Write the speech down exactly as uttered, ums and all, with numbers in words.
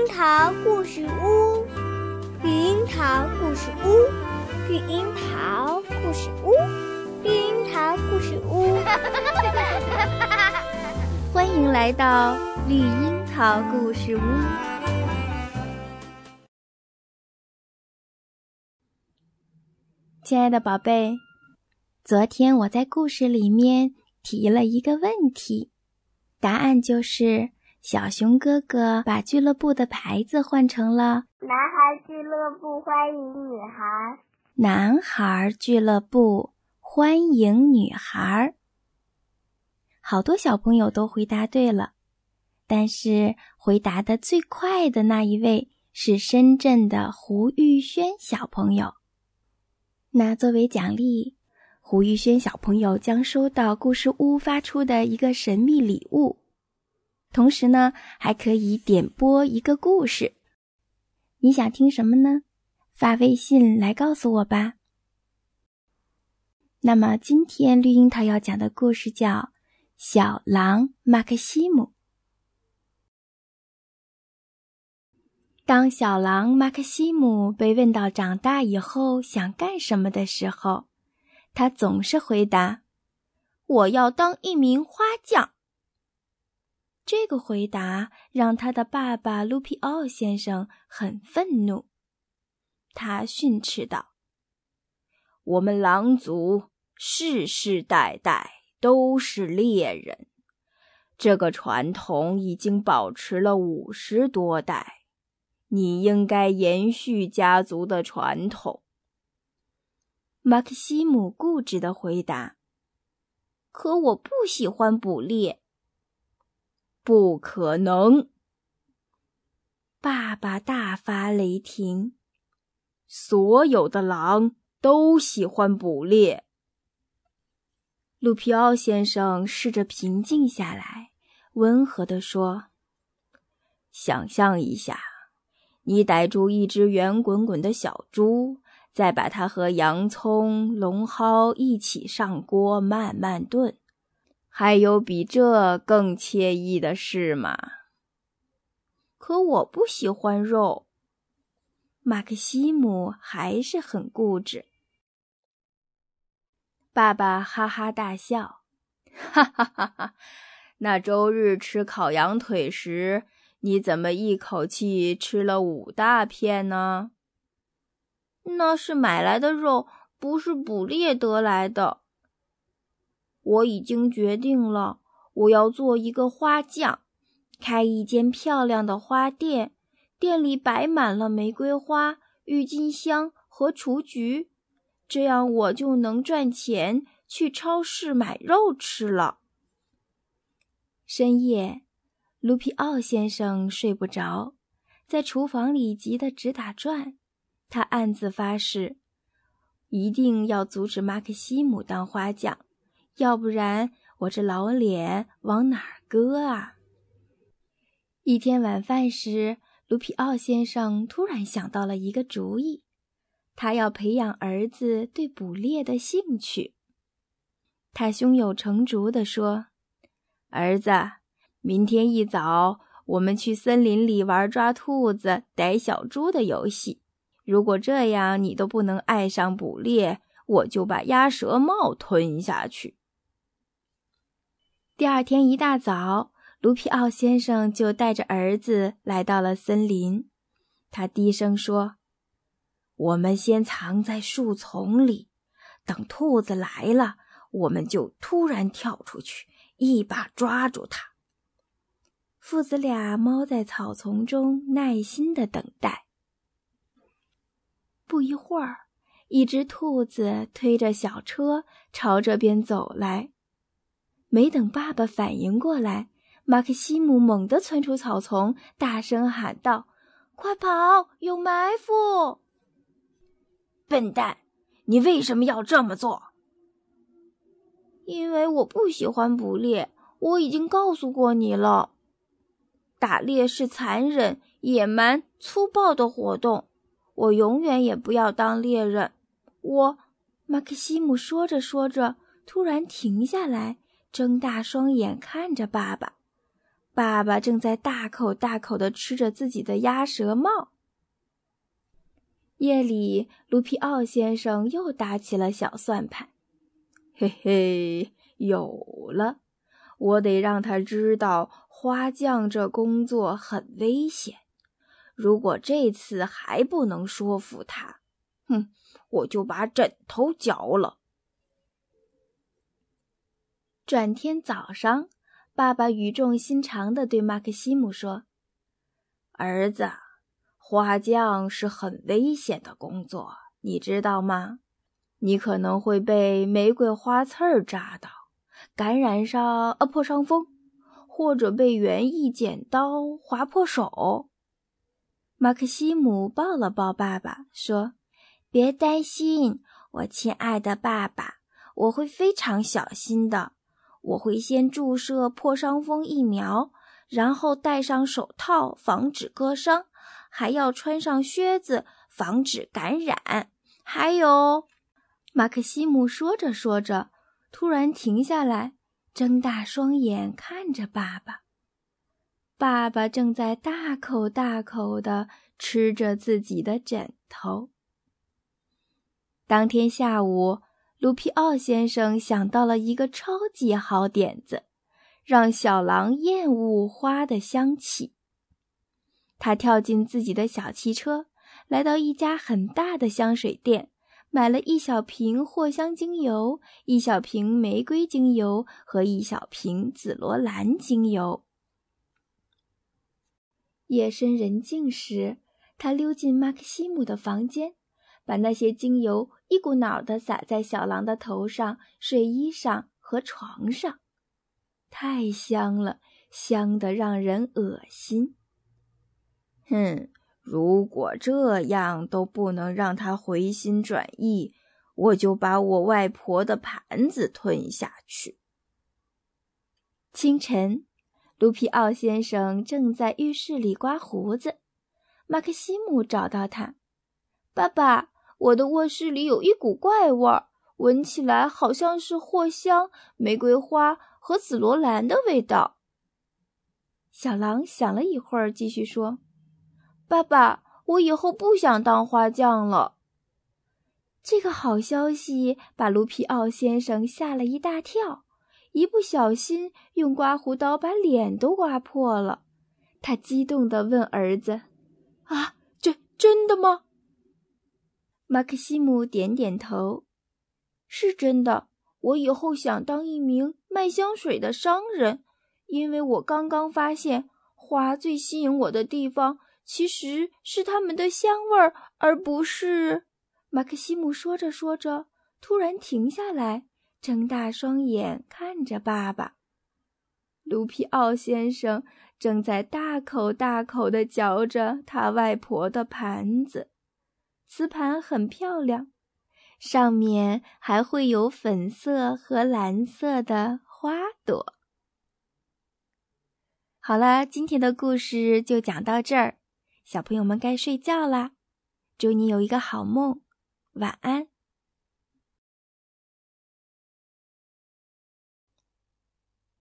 樱桃故事屋，绿樱桃故事屋，绿樱桃故事屋，绿樱桃故事屋。 欢迎来到绿樱桃故事屋。亲爱的宝贝，昨天我在故事里面提了一个问题，答案就是小熊哥哥把俱乐部的牌子换成了男孩俱乐部欢迎女孩， 男孩俱乐部欢迎女孩。好多小朋友都回答对了，但是回答的最快的那一位是深圳的胡玉轩小朋友。那作为奖励，胡玉轩小朋友将收到故事屋发出的一个神秘礼物，同时呢，还可以点播一个故事。你想听什么呢？发微信来告诉我吧。那么今天绿樱桃要讲的故事叫《小狼马克西姆》。当小狼马克西姆被问到长大以后想干什么的时候，他总是回答：我要当一名花匠。这个回答让他的爸爸卢皮奥先生很愤怒。他训斥道：我们狼族世世代代都是猎人，这个传统已经保持了五十多代，你应该延续家族的传统。马克西姆固执地回答：可我不喜欢捕猎。不可能！爸爸大发雷霆。所有的狼都喜欢捕猎。卢皮奥先生试着平静下来，温和地说：想象一下，你逮住一只圆滚滚的小猪，再把它和洋葱、茼蒿一起上锅慢慢炖。还有比这更惬意的事吗？可我不喜欢肉。马克西姆还是很固执。爸爸哈哈大笑，哈哈哈哈！那周日吃烤羊腿时，你怎么一口气吃了五大片呢？那是买来的肉，不是捕猎得来的。我已经决定了，我要做一个花匠，开一间漂亮的花店，店里摆满了玫瑰花、郁金香和雏菊，这样我就能赚钱去超市买肉吃了。深夜，卢皮奥先生睡不着，在厨房里急得直打转。他暗自发誓，一定要阻止马克西姆当花匠，要不然我这老脸往哪儿搁啊？一天晚饭时，卢皮奥先生突然想到了一个主意，他要培养儿子对捕猎的兴趣。他胸有成竹地说：儿子，明天一早我们去森林里玩抓兔子、逮小猪的游戏。如果这样你都不能爱上捕猎，我就把鸭舌帽吞下去。第二天一大早，卢皮奥先生就带着儿子来到了森林。他低声说：我们先藏在树丛里，等兔子来了，我们就突然跳出去，一把抓住它。父子俩猫在草丛中耐心地等待。不一会儿，一只兔子推着小车朝这边走来。没等爸爸反应过来，马克西姆猛地窜出草丛，大声喊道：快跑，有埋伏！笨蛋，你为什么要这么做？因为我不喜欢捕猎，我已经告诉过你了。打猎是残忍、野蛮、粗暴的活动，我永远也不要当猎人。我……马克西姆说着说着，突然停下来，睁大双眼看着爸爸。 爸爸正在大口大口地吃着自己的鸭舌帽。夜里，卢皮奥先生又打起了小算盘。嘿嘿，有了！我得让他知道花匠这工作很危险。如果这次还不能说服他，哼，我就把枕头嚼了。转天早上，爸爸语重心长地对马克西姆说：“儿子，花匠是很危险的工作，你知道吗？你可能会被玫瑰花刺儿扎到，感染上呃破伤风，或者被园艺剪刀划破手。”马克西姆抱了抱爸爸，说：“别担心，我亲爱的爸爸，我会非常小心的。我会先注射破伤风疫苗，然后戴上手套防止割伤，还要穿上靴子防止感染。还有……”马克西姆说着说着，突然停下来，睁大双眼看着爸爸。爸爸正在大口大口地吃着自己的枕头。当天下午，卢皮奥先生想到了一个超级好点子，让小狼厌恶花的香气。他跳进自己的小汽车，来到一家很大的香水店，买了一小瓶藿香精油、一小瓶玫瑰精油和一小瓶紫罗兰精油。夜深人静时，他溜进马克西姆的房间，把那些精油一股脑地洒在小狼的头上、睡衣上和床上。太香了，香得让人恶心。哼，如果这样都不能让他回心转意，我就把我外婆的盘子吞下去。清晨，卢皮奥先生正在浴室里刮胡子。马克西姆找到他：“爸爸，我的卧室里有一股怪味儿，闻起来好像是藿香、玫瑰花和紫罗兰的味道。”小狼想了一会儿，继续说：“爸爸，我以后不想当花匠了。”这个好消息把卢皮奥先生吓了一大跳，一不小心用刮胡刀把脸都刮破了。他激动地问儿子：“啊，这真的吗？”马克西姆点点头：“是真的，我以后想当一名卖香水的商人，因为我刚刚发现花最吸引我的地方其实是它们的香味儿，而不是……”马克西姆说着说着，突然停下来，睁大双眼看着爸爸。卢皮奥先生正在大口大口地嚼着他外婆的盘子，瓷盘很漂亮，上面还会有粉色和蓝色的花朵。好了，今天的故事就讲到这儿，小朋友们该睡觉啦，祝你有一个好梦，晚安。